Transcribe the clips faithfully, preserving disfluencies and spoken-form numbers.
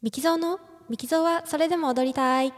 ミキゾーのミキゾーはそれでも踊りたい。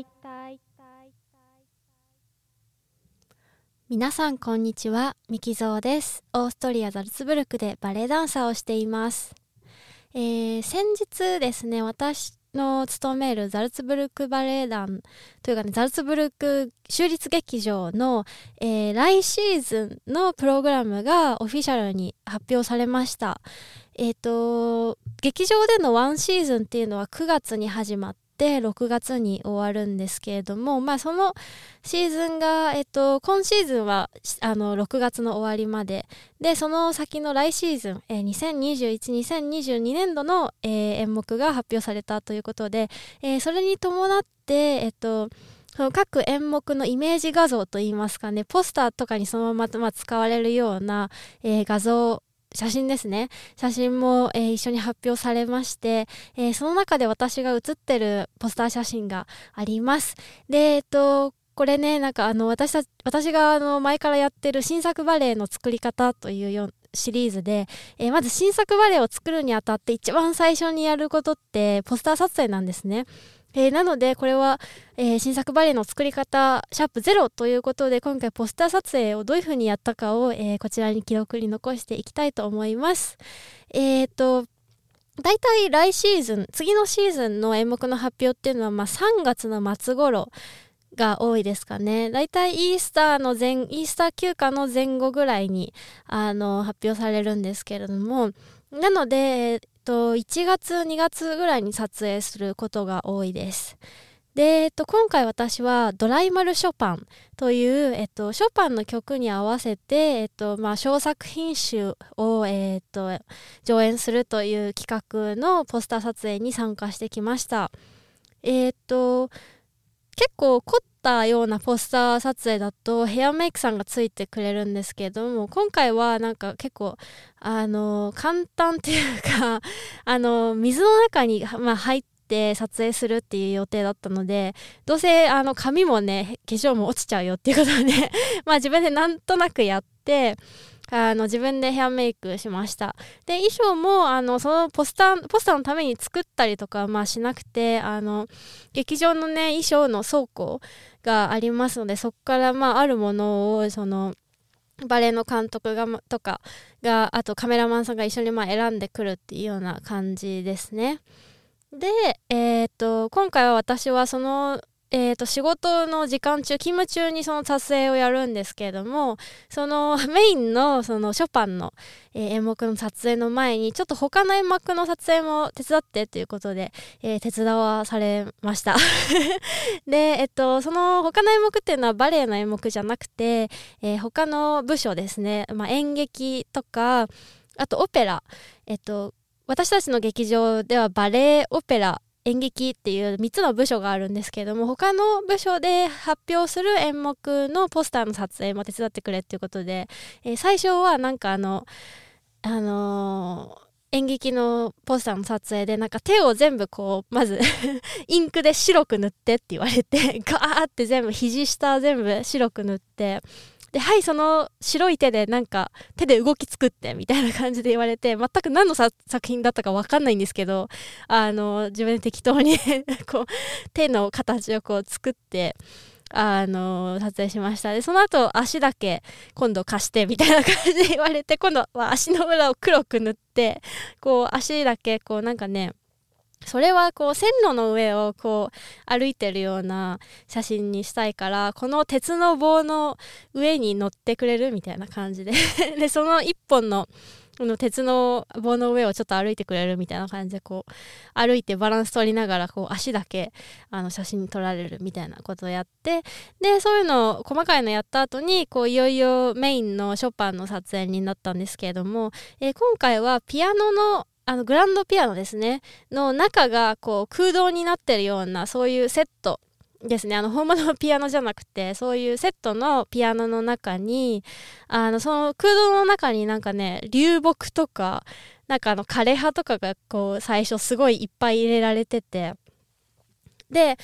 皆さんこんにちは、ミキゾーです。オーストリアザルツブルクでバレエダンサーをしています。えー、先日ですね、私の勤めるザルツブルクバレエ団というかね、ザルツブルク州立劇場の、えー、来シーズンのプログラムがオフィシャルに発表されました。えーと、劇場でのワンシーズンっていうのはくがつに始まってろくがつに終わるんですけれども、まあそのシーズンが、えっと、今シーズンはあのろくがつの終わりまでで、その先の来シーズン、えー、にせんにじゅういち、にせんにじゅうにねんどの、えー、演目が発表されたということで、えー、それに伴って、えっとその各演目のイメージ画像といいますかね、ポスターとかにそのまま、まあ、使われるような、えー、画像写真ですね。写真も、えー、一緒に発表されまして、えー、その中で私が写ってるポスター写真があります。で、えっと、これね、なんかあの、私たち、私があの、前からやってる新作バレエの作り方というよシリーズで、えー、まず新作バレエを作るにあたって一番最初にやることってポスター撮影なんですね。えー、なのでこれは、えー、新作バレエの作り方シャープゼロということで、今回ポスター撮影をどういう風にやったかを、えー、こちらに記録に残していきたいと思います。えーとだいたい来シーズン、次のシーズンの演目の発表っていうのは、まあ、さんがつの末頃が多いですかね。だいたいイースターの前、イースター休暇の前後ぐらいにあの発表されるんですけれども、なので、えっと、いちがつ、にがつぐらいに撮影することが多いです。で、えっと、今回私はドライマルショパンという、えっと、ショパンの曲に合わせて、えっと、まあ、小作品集を、えっと、上演するという企画のポスター撮影に参加してきました。えっと、結構凝ったようなポスター撮影だとヘアメイクさんがついてくれるんですけれども、今回はなんか結構あの簡単っていうかあの水の中に、まあ、入って撮影するっていう予定だったので、どうせあの髪もね化粧も落ちちゃうよっていうことでまあ自分でなんとなくやってあの自分でヘアメイクしました。で、衣装もあのそのポスターポスターのために作ったりとか、まあ、しなくて、あの劇場のね衣装の倉庫がありますので、そこからまああるものをそのバレエの監督がとかが、あとカメラマンさんが一緒にまあ選んでくるっていうような感じですね。で、えー、と今回は私はそのえー、と仕事の時間中、勤務中にその撮影をやるんですけれども、そのメインのそのショパンの、えー、演目の撮影の前にちょっと他の演目の撮影も手伝ってということで、えー、手伝わされましたで、えっと、その他の演目っていうのはバレエの演目じゃなくて、えー、他の部署ですね、まあ、演劇とかあとオペラ、えっと、私たちの劇場ではバレエ、オペラ、演劇っていうみっつの部署があるんですけれども、他の部署で発表する演目のポスターの撮影も手伝ってくれっていうことで、えー、最初はなんかあのあのー、演劇のポスターの撮影でなんか手を全部こうまずインクで白く塗ってって言われてガーって全部肘下全部白く塗って、で、はい、その白い手でなんか手で動き作ってみたいな感じで言われて、全く何の作品だったか分かんないんですけど、あの自分で適当にこう手の形をこう作ってあの撮影しました。で、その後足だけ今度貸してみたいな感じで言われて、今度は足の裏を黒く塗って、こう足だけこうなんかね、それはこう線路の上をこう歩いてるような写真にしたいから、この鉄の棒の上に乗ってくれるみたいな感じでで、その一本のこの鉄の棒の上をちょっと歩いてくれるみたいな感じで、こう歩いてバランス取りながらこう足だけあの写真に撮られるみたいなことをやって、でそういうのを細かいのやった後にこういよいよメインのショパンの撮影になったんですけれども、えー、今回はピアノのあのグランドピアノですねの中がこう空洞になってるような、そういうセットですね。あの本物のピアノじゃなくて、そういうセットのピアノの中に、あのその空洞の中になんかね流木とかなんかあの枯葉とかがこう最初すごいいっぱい入れられてて、で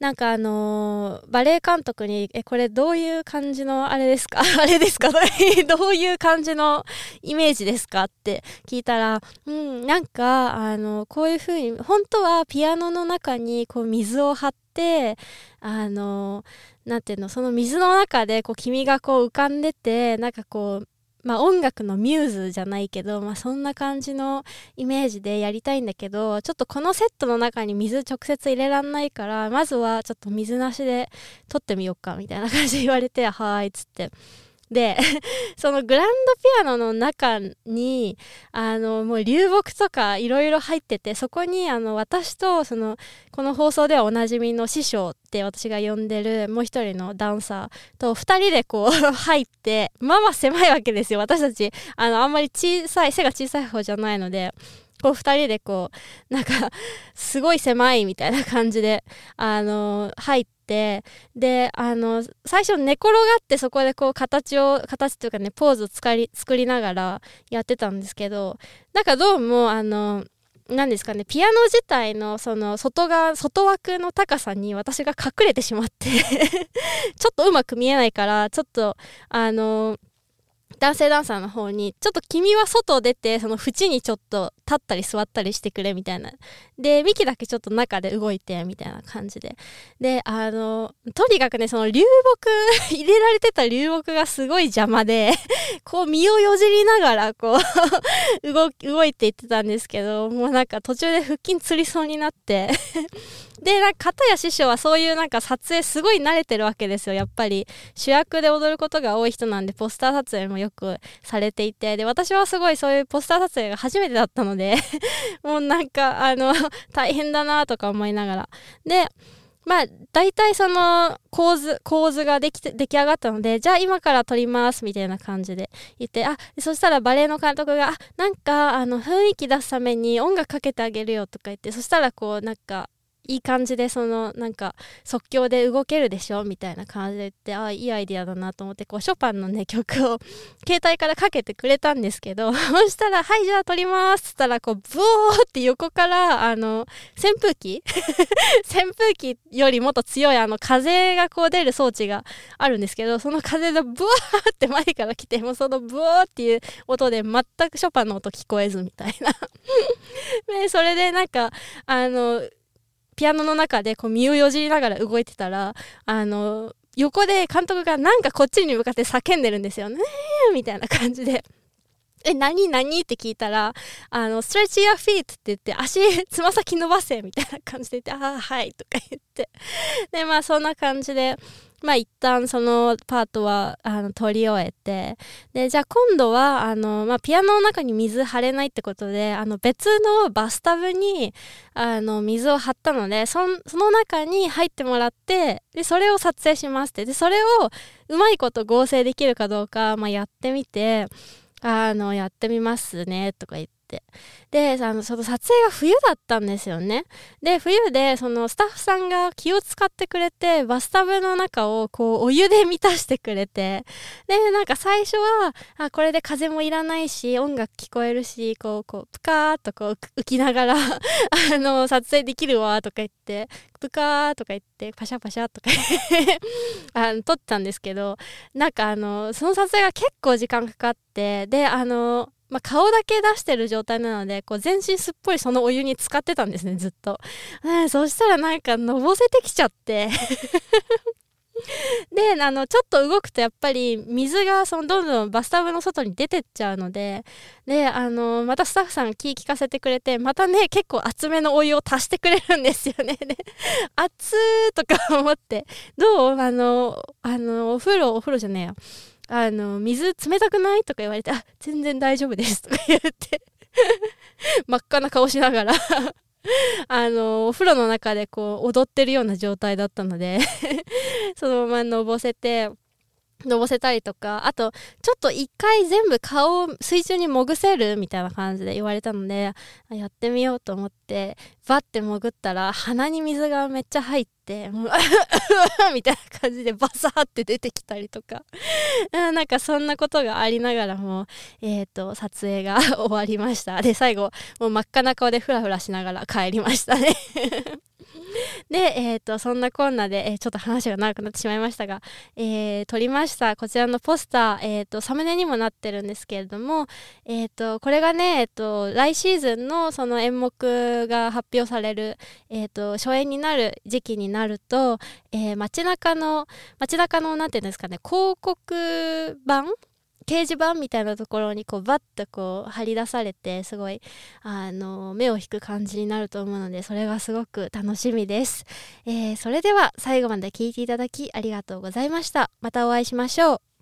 なんかあのーバレエ監督にえこれどういう感じのあれですかあれですかどういう感じのイメージですかって聞いたら、うんなんかあのこういう風に本当はピアノの中にこう水を張ってあのなんていうのその水の中でこう君がこう浮かんでてなんかこうまあ音楽のミューズじゃないけど、まあそんな感じのイメージでやりたいんだけど、ちょっとこのセットの中に水直接入れらんないから、まずはちょっと水なしで撮ってみようかみたいな感じで言われて、はーいっつって。でそのグランドピアノの中にあのもう流木とかいろいろ入ってて、そこにあの私とそのこの放送ではおなじみの師匠って私が呼んでるもう一人のダンサーとふたりでこう入って、まあまあ狭いわけですよ。私たちあのあんまり小さい背が小さい方じゃないので、こうふたりでこうなんかすごい狭いみたいな感じであの入って、であの最初寝転がってそこでこう形を形というかねポーズを作り作りながらやってたんですけど、なんかどうもあのなんですかねピアノ自体のその外側外枠の高さに私が隠れてしまってちょっとうまく見えないから、ちょっとあの男性ダンサーの方にちょっと君は外出てその縁にちょっと立ったり座ったりしてくれみたいな、でミキだけちょっと中で動いてみたいな感じで、であのとにかくねその流木入れられてた流木がすごい邪魔でこう身をよじりながらこう動動いていってたんですけど、もうなんか途中で腹筋つりそうになってでなんか片や師匠はそういうなんか撮影すごい慣れてるわけですよ。やっぱり主役で踊ることが多い人なんでポスター撮影もよくされていて、で私はすごいそういうポスター撮影が初めてだったのでもうなんかあの大変だなとか思いながら、でまあ大体その構図構図ができて出来上がったので、じゃあ今から撮りますみたいな感じで言って、あそしたらバレエの監督があなんかあの雰囲気出すために音楽かけてあげるよとか言って、そしたらこうなんかいい感じでそのなんか即興で動けるでしょみたいな感じで言って、あいいアイディアだなと思ってこうショパンのね曲を携帯からかけてくれたんですけど、そしたらはいじゃあ撮りますっつったらこうブオーって横からあの扇風機扇風機よりもっと強いあの風がこう出る装置があるんですけど、その風でブワーって前から来て、もうそのブワーっていう音で全くショパンの音聞こえずみたいなでそれでなんかあのピアノの中でこう身をよじりながら動いてたら、あの横で監督がなんかこっちに向かって叫んでるんですよねみたいな感じで、え何何って聞いたら、あのストレッチやフィートって言って足つま先伸ばせみたいな感じで言って、ああはいとか言って、でまあそんな感じでまあ一旦そのパートはあの撮り終えて、でじゃあ今度はあの、まあ、ピアノの中に水張れないってことで、あの別のバスタブにあの水を張ったので、そ, その中に入ってもらって、でそれを撮影しますって、でそれをうまいこと合成できるかどうか、まあ、やってみて、あのやってみますねとか言って、であのその撮影が冬だったんですよね。で冬でそのスタッフさんが気を使ってくれて、バスタブの中をこうお湯で満たしてくれて、でなんか最初はあこれで風もいらないし音楽聞こえるし、こうこうプカーっとこう浮きながらあの撮影できるわとか言って、プカーとか言ってパシャパシャとかあの撮ってたんですけど、なんかあのその撮影が結構時間かかって、であのまあ、顔だけ出してる状態なのでこう全身すっぽりそのお湯に浸かってたんですねずっと、ね、そしたらなんかのぼせてきちゃってであのちょっと動くとやっぱり水がそのどんどんバスタブの外に出てっちゃうので、であのまたスタッフさんが気利かせてくれて、またね結構厚めのお湯を足してくれるんですよね。で熱ーとか思って、どうあのあのお風呂お風呂じゃねえよあの水冷たくないとか言われて、あ全然大丈夫ですとか言って真っ赤な顔しながらあのお風呂の中でこう踊ってるような状態だったのでそのままのぼせてのぼせたりとか、あとちょっと一回全部顔を水中に潜せるみたいな感じで言われたので、やってみようと思ってバッて潜ったら鼻に水がめっちゃ入って、もうみたいな感じでバサーって出てきたりとかなんかそんなことがありながらも、えーと撮影が終わりました。で最後もう真っ赤な顔でフラフラしながら帰りましたねで、えー、とそんなこんなで、えーちょっと話が長くなってしまいましたが、えー撮りましたこちらのポスター、えー、とサムネにもなってるんですけれども、えー、とこれがね、えー、と来シーズンのその演目が発表される、えー、と初演になる時期になると、えー街中の街中のなんていうんですかね、広告板掲示板みたいなところにこうバッとこう張り出されて、すごいあの目を引く感じになると思うので、それがすごく楽しみです。えーそれでは最後まで聞いていただきありがとうございました。またお会いしましょう。